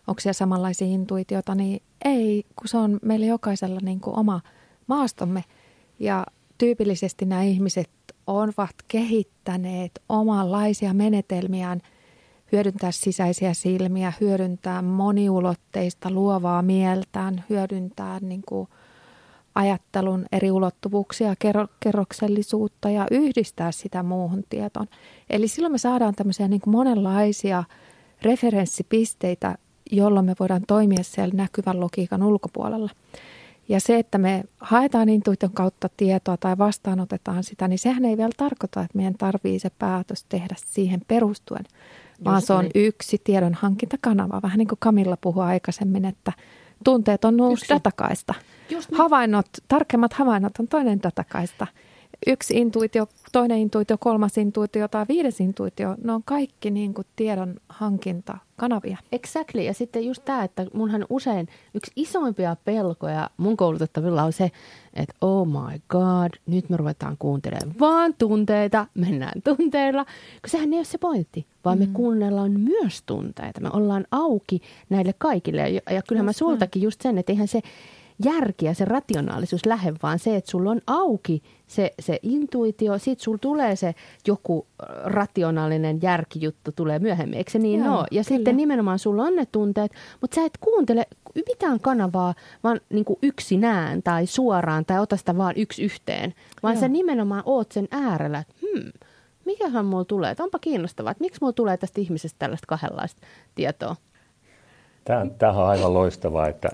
onko siellä samanlaisia intuitiota, niin ei, kun se on meillä jokaisella niin kuin oma maastomme. Ja tyypillisesti nämä ihmiset ovat kehittäneet omanlaisia menetelmiään hyödyntää sisäisiä silmiä, hyödyntää moniulotteista luovaa mieltään, hyödyntää niin kuin ajattelun eri ulottuvuuksia, kerroksellisuutta ja yhdistää sitä muuhun tietoon. Eli silloin me saadaan tämmöisiä niin kuin monenlaisia referenssipisteitä, jolloin me voidaan toimia siellä näkyvän logiikan ulkopuolella. Ja se, että me haetaan intuition kautta tietoa tai vastaanotetaan sitä, niin sehän ei vielä tarkoita, että meidän tarvitsee se päätös tehdä siihen perustuen, vaan se on yksi tiedonhankintakanava. Vähän niin kuin Camilla puhui aikaisemmin, että tunteet on uusi datakaista. Havainnot, tarkemmat havainnot on toinen datakaista. Yksi intuitio, toinen intuitio, kolmas intuitio tai viides intuitio, ne on kaikki niin kuin tiedon hankintakanavia. Exactly. Ja sitten just tämä, että munhan usein yksi isoimpia pelkoja mun koulutettavilla on se, että oh my god, nyt me ruvetaan kuuntelemaan vaan tunteita, mennään tunteilla. Kun sehän ei ole se pointti, vaan me kuunnellaan myös tunteita. Me ollaan auki näille kaikille. Ja kyllähän mä sultakin just sen, että eihän se järki ja se rationaalisuus lähde, vaan se, että sulla on auki se intuitio, siitä sulla tulee se joku rationaalinen järkijuttu tulee myöhemmin, eikö se niin ole? Ja kyllä. Sitten nimenomaan sulla on ne tunteet, mutta sä et kuuntele mitään kanavaa vaan niin kuin yksinään tai suoraan tai ota sitä vaan yksi yhteen, vaan sä nimenomaan oot sen äärellä, että mikähän mulla tulee, että onpa kiinnostavaa, että miksi mulla tulee tästä ihmisestä tällaista kahdenlaista tietoa? Tämähän on aivan loistavaa, että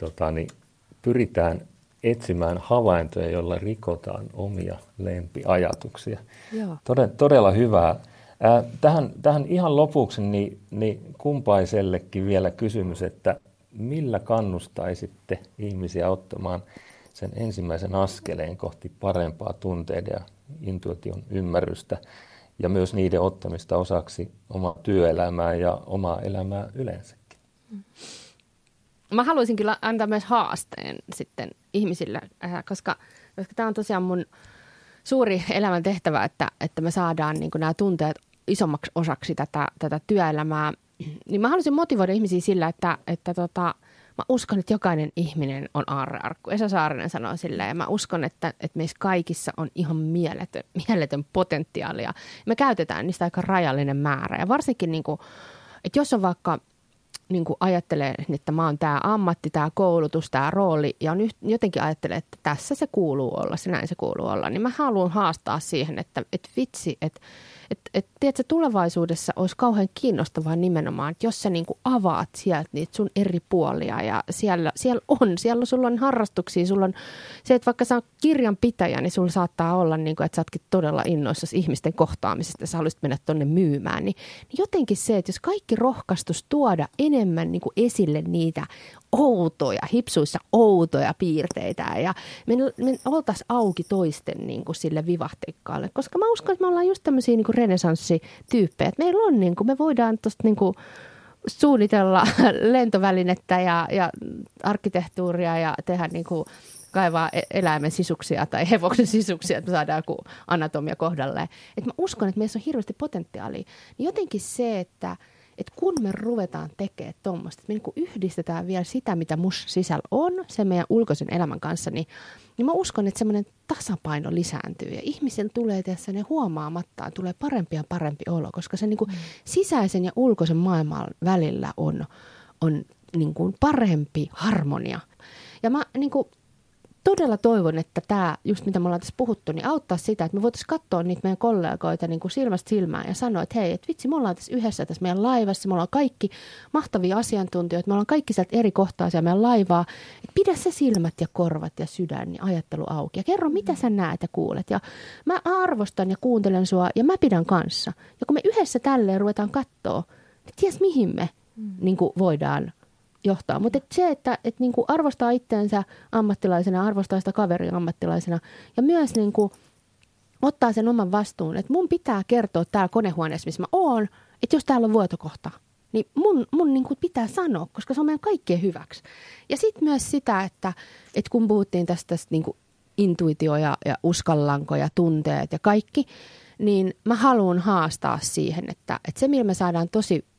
pyritään etsimään havaintoja, joilla rikotaan omia lempiajatuksia. Joo. Todella hyvää. Tähän ihan lopuksi niin kumpaisellekin vielä kysymys, että millä kannustaisitte ihmisiä ottamaan sen ensimmäisen askeleen kohti parempaa tunteiden ja intuition ymmärrystä ja myös niiden ottamista osaksi omaa työelämää ja omaa elämää yleensäkin? Mä haluaisin kyllä antaa myös haasteen sitten ihmisille, koska tämä on tosiaan mun suuri elämän tehtävä, että me saadaan niin kuin nämä tunteet isommaksi osaksi tätä työelämää. Niin mä haluaisin motivoida ihmisiä sillä, että mä uskon, että jokainen ihminen on aarrearkku. Esa Saarinen sanoo silleen, ja mä uskon, että meissä kaikissa on ihan mieletön potentiaalia. Me käytetään niistä aika rajallinen määrä, ja varsinkin niin kuin, että jos on vaikka niin kuin ajattelee, että mä oon tämä ammatti, tämä koulutus, tämä rooli ja jotenkin ajattelee, että tässä se kuuluu olla, se näin se kuuluu olla, niin mä haluan haastaa siihen, että vitsi, että tiedätkö, tulevaisuudessa olisi kauhean kiinnostavaa nimenomaan, että jos sä niin kuin avaat sieltä niitä sun eri puolia ja siellä sulla on harrastuksia, sulla on se, että vaikka sä oot kirjanpitäjä, niin sulla saattaa olla, niin kuin, että sä ootkin todella innoissasi ihmisten kohtaamisesta ja sä haluaisit mennä tonne myymään, niin jotenkin se, että jos kaikki rohkaistus tuoda enemmän niin kuin esille niitä outoja, hipsuissa outoja piirteitä ja me oltaisiin auki toisten niin kuin sille vivahteikkaalle, koska mä uskon, että me ollaan just tämmöisiä niin kuin renesanssityyppejä, että meillä on niin kuin, me voidaan tuosta niin kuin suunnitella lentovälinettä ja arkkitehtuuria ja tehdä niin kuin kaivaa eläimen sisuksia tai hevoksen sisuksia, että me saadaan joku anatomia kohdalleen. Et mä uskon, että meissä on hirveästi potentiaalia. Niin jotenkin se, että kun me ruvetaan tekemään tuommoista, että me niin yhdistetään vielä sitä, mitä musta sisällä on, sen meidän ulkoisen elämän kanssa, niin mä uskon, että semmoinen tasapaino lisääntyy. Ja ihmisen tulee tässä ne huomaamattaan, tulee parempi ja parempi olo, koska se niin kuin sisäisen ja ulkoisen maailman välillä on niin kuin parempi harmonia. Ja mä niin kuin todella toivon, että tämä, just mitä me ollaan tässä puhuttu, niin auttaa sitä, että me voitaisiin katsoa niitä meidän kollegoita niin kuin silmästä silmään ja sanoa, että hei, että vitsi, me ollaan tässä yhdessä tässä meidän laivassa, me ollaan kaikki mahtavia asiantuntijoita, me ollaan kaikki sieltä eri kohtaisia meidän laivaa, että pidä se silmät ja korvat ja sydän ja ajattelu auki ja kerro, mitä sä näet ja kuulet. Ja mä arvostan ja kuuntelen sua ja mä pidän kanssa. Ja kun me yhdessä tälleen ruvetaan katsoa, niin ties mihin me niin kuin voidaan johtaa. Mutta se, että niinku arvostaa itseänsä ammattilaisena, arvostaa sitä kaveria ammattilaisena ja myös niinku ottaa sen oman vastuun, että mun pitää kertoa täällä konehuoneessa, missä mä oon, että jos täällä on vuotokohta, niin mun niinku pitää sanoa, koska se on meidän kaikkien hyväksi. Ja sitten myös sitä, että kun puhuttiin tästä niinku intuitio ja uskallanko ja tunteet ja kaikki, niin mä haluan haastaa siihen, että se millä me saadaan tosi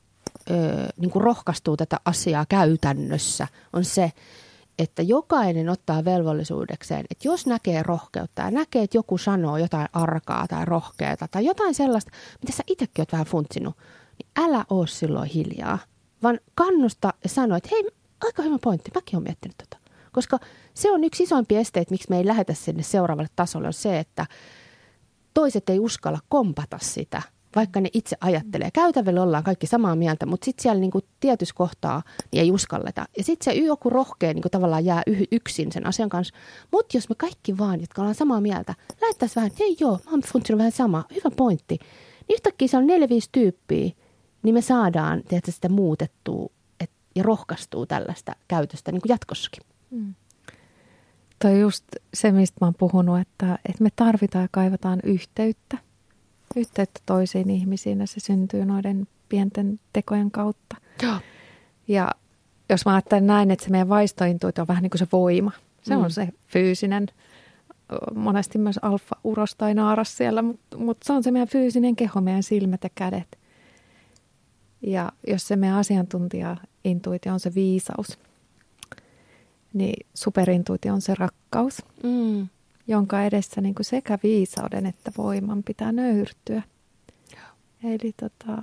niin kuin rohkaistuu tätä asiaa käytännössä, on se, että jokainen ottaa velvollisuudekseen, että jos näkee rohkeutta ja näkee, että joku sanoo jotain arkaa tai rohkeata tai jotain sellaista, mitä sä itsekin oot vähän funtsinut, niin älä oo silloin hiljaa, vaan kannusta ja sano, että hei, aika hyvä pointti, mäkin oon miettinyt tota. Koska se on yksi isoimpia esteitä, miksi me ei lähetä sinne seuraavalle tasolle, on se, että toiset ei uskalla kompata sitä, vaikka ne itse ajattelee. Käytävällä ollaan kaikki samaa mieltä, mutta sitten siellä niinku tietyssä kohtaa niin ei uskalleta. Ja sitten se joku rohkea niinku tavallaan jää yksin sen asian kanssa. Mutta jos me kaikki vaan, jotka ollaan samaa mieltä, lähettäisiin vähän, että hei joo, mä oon funtsinut vähän sama, hyvä pointti. Niin yhtäkkiä se on 4-5 tyyppiä, niin me saadaan sitä muutettua ja rohkaistuu tällaista käytöstä niin kuin jatkossakin. Toi just se, mistä mä oon puhunut, että me tarvitaan ja kaivataan yhteyttä toisiin ihmisiin ja se syntyy noiden pienten tekojen kautta. Ja jos mä ajattelen näin, että se meidän vaistointuito on vähän niin kuin se voima. Se on se fyysinen, monesti myös alfa-uros tai naaras siellä, mutta se on se meidän fyysinen keho, meidän silmät ja kädet. Ja jos se meidän asiantuntija-intuitio on se viisaus, niin superintuitio on se rakkaus, jonka edessä niin kuin sekä viisauden että voiman pitää nöyrtyä. Eli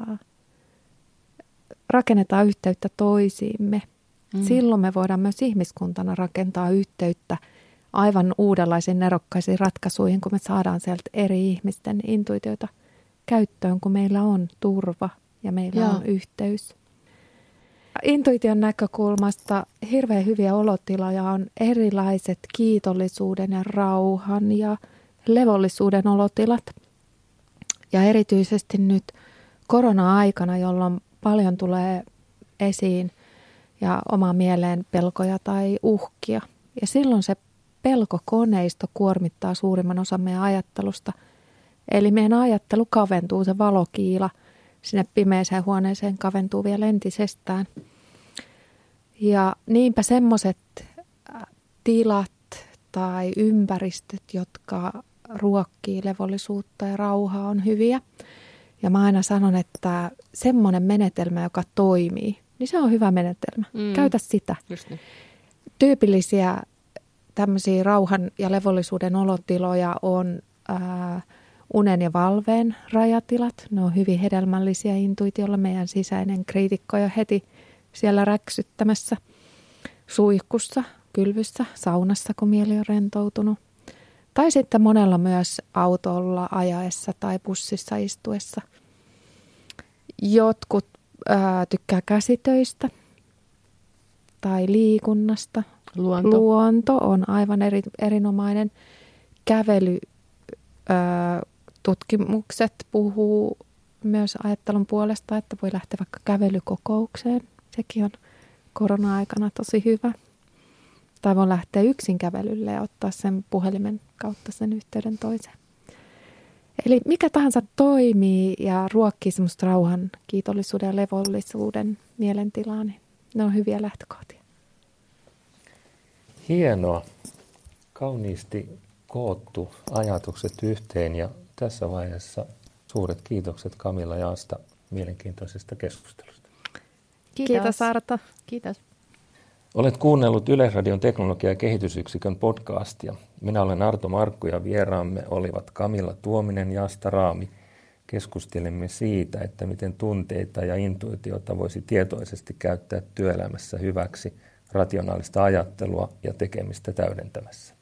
rakennetaan yhteyttä toisiimme. Silloin me voidaan myös ihmiskuntana rakentaa yhteyttä aivan uudenlaisiin nerokkaisiin ratkaisuihin, kun me saadaan sieltä eri ihmisten intuitioita käyttöön, kun meillä on turva ja meillä on yhteys. Intuition näkökulmasta hirveän hyviä olotiloja on erilaiset kiitollisuuden ja rauhan ja levollisuuden olotilat. Ja erityisesti nyt korona-aikana, jolloin paljon tulee esiin ja omaan mieleen pelkoja tai uhkia. Ja silloin se pelkokoneisto kuormittaa suurimman osan meidän ajattelusta. Eli meidän ajattelu kaventuu, se valokiila sinne pimeäseen huoneeseen kaventuu vielä entisestään. Ja niinpä semmoiset tilat tai ympäristöt, jotka ruokkii levollisuutta ja rauhaa, on hyviä. Ja mä aina sanon, että semmoinen menetelmä, joka toimii, niin se on hyvä menetelmä. Käytä sitä. Just niin. Tyypillisiä tämmöisiä rauhan ja levollisuuden olotiloja on unen ja valveen rajatilat. Ne on hyvin hedelmällisiä intuitiolla. Meidän sisäinen kriitikko jo heti siellä räksyttämässä suihkussa, kylvyssä, saunassa, kun mieli on rentoutunut. Tai sitten monella myös autolla ajaessa tai bussissa istuessa. Jotkut tykkää käsitöistä tai liikunnasta. Luonto on aivan erinomainen. Tutkimukset puhuu myös ajattelun puolesta, että voi lähteä vaikka kävelykokoukseen. Sekin on korona-aikana tosi hyvä. Tai voi lähteä yksin kävelylle ja ottaa sen puhelimen kautta sen yhteyden toiseen. Eli mikä tahansa toimii ja ruokkii semmoista rauhan, kiitollisuuden ja levollisuuden mielentilaa, niin ne on hyviä lähtökohtia. Hienoa. Kauniisti koottu ajatukset yhteen ja tässä vaiheessa suuret kiitokset Camilla ja Asta mielenkiintoisesta keskustelusta. Kiitos Arto. Kiitos. Olet kuunnellut Yleisradion teknologia- ja kehitysyksikön podcastia. Minä olen Arto Markku ja vieraamme olivat Camilla Tuominen ja Asta Raami. Keskustelimme siitä, että miten tunteita ja intuitiota voisi tietoisesti käyttää työelämässä hyväksi rationaalista ajattelua ja tekemistä täydentämässä.